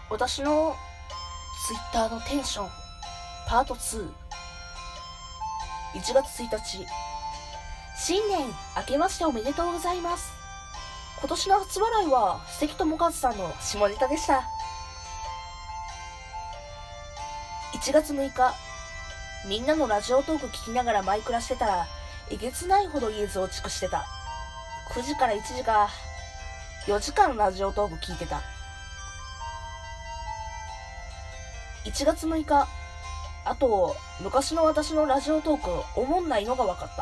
私のツイッターのテンションパート2。1月1日、新年明けましておめでとうございます。今年の初笑いは関智一さんの下ネタでした。1月6日、みんなのラジオトーク聞きながらマイクラしてたらえげつないほど家増築してた。9時から1時か4時間ラジオトーク聞いてた。1月6日、あと昔の私のラジオトークおもんないのが分かった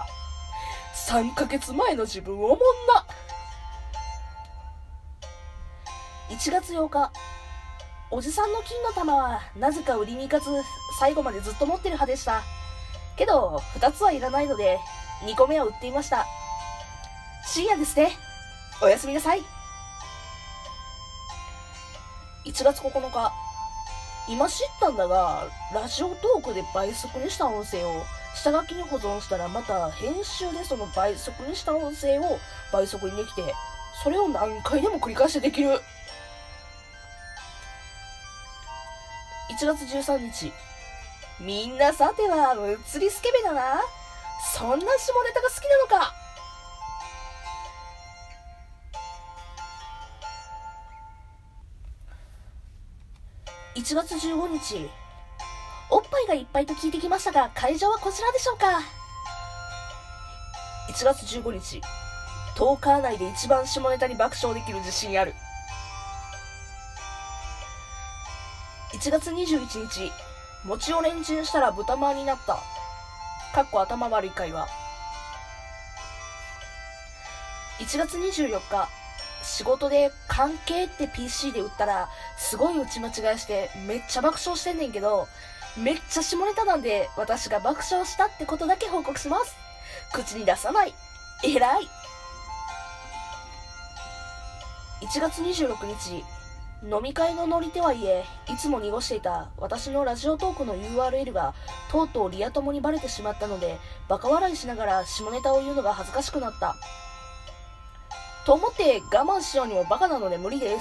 。3ヶ月前の自分おもんな。1月8日、おじさんの金の玉はなぜか売りに行かず最後までずっと持ってる派でした。けど2つはいらないので2個目は売っていました。深夜ですね。おやすみなさい。1月9日、今知ったんだが、ラジオトークで倍速にした音声を下書きに保存したらまた編集でその倍速にした音声を倍速にできて、それを何回でも繰り返してできる。1月13日、みんなさてはむっつりスケベだな。そんな下ネタが好きなのか。1月15日、おっぱいがいっぱいと聞いてきましたが会場はこちらでしょうか。1月15日、トーカー内で一番下ネタに爆笑できる自信ある。1月21日、餅をレンチンしたら豚まんになった。かっこ頭悪い会話。1月24日、仕事で関係って PC で打ったらすごい打ち間違いしてめっちゃ爆笑してんねんけど、めっちゃ下ネタなんで私が爆笑したってことだけ報告します。口に出さない。えらい。1月26日、飲み会のノリ手はいえいつも濁していた私のラジオトークの URL がとうとうリア友にバレてしまったのでバカ笑いしながら下ネタを言うのが恥ずかしくなったと思って我慢しようにもバカなので無理です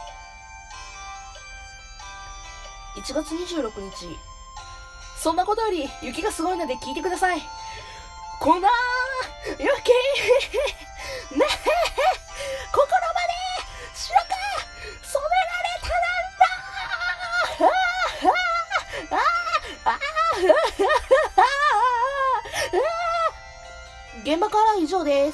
。1月26日、そんなことより雪がすごいので聞いてください。こんな雪ねえ心まで白く染められたなんだ。現場からは以上です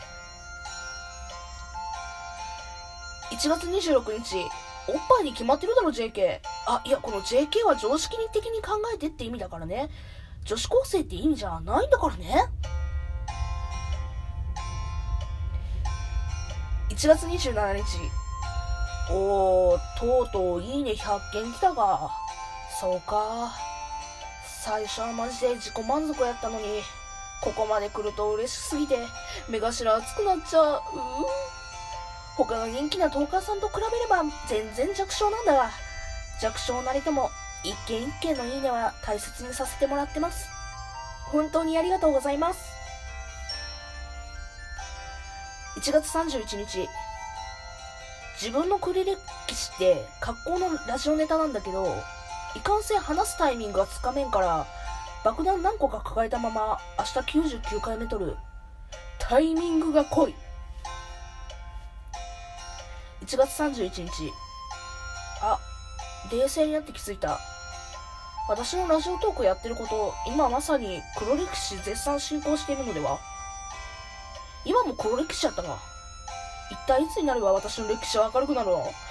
。1月26日、おっぱいに決まってるだろ JK。 いやこの JK は常識的に考えてって意味だからね。女子高生って意味じゃないんだからね。1月27日、とうとういいね100件来たか。そうか、最初はマジで自己満足やったのにここまで来ると嬉しすぎて目頭熱くなっちゃう。他の人気なトーカーさんと比べれば全然弱小なんだが、弱小なりとも一件一件のいいねは大切にさせてもらってます。本当にありがとうございます。1月31日、自分のクリ歴史って格好のラジオネタなんだけど、いかんせん話すタイミングがつかめんから爆弾何個か抱えたまま明日99回目撮る。タイミングが濃い。1月31日、冷静になって気づいた。私のラジオトークやってること、今まさに黒歴史絶賛進行しているのでは。今も黒歴史やったが、一体いつになれば私の歴史は明るくなるの？教えて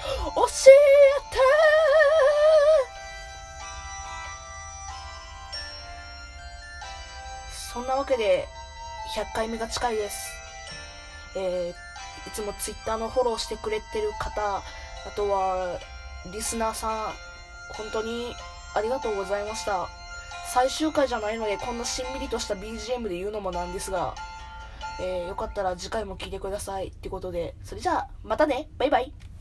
ー。そんなわけで100回目が近いです。いつもツイッターのフォローしてくれてる方、あとはリスナーさん、本当にありがとうございました。最終回じゃないのでこんなしんみりとした BGM で言うのもなんですが、よかったら次回も聞いてくださいってことで、それじゃあまたね、バイバイ。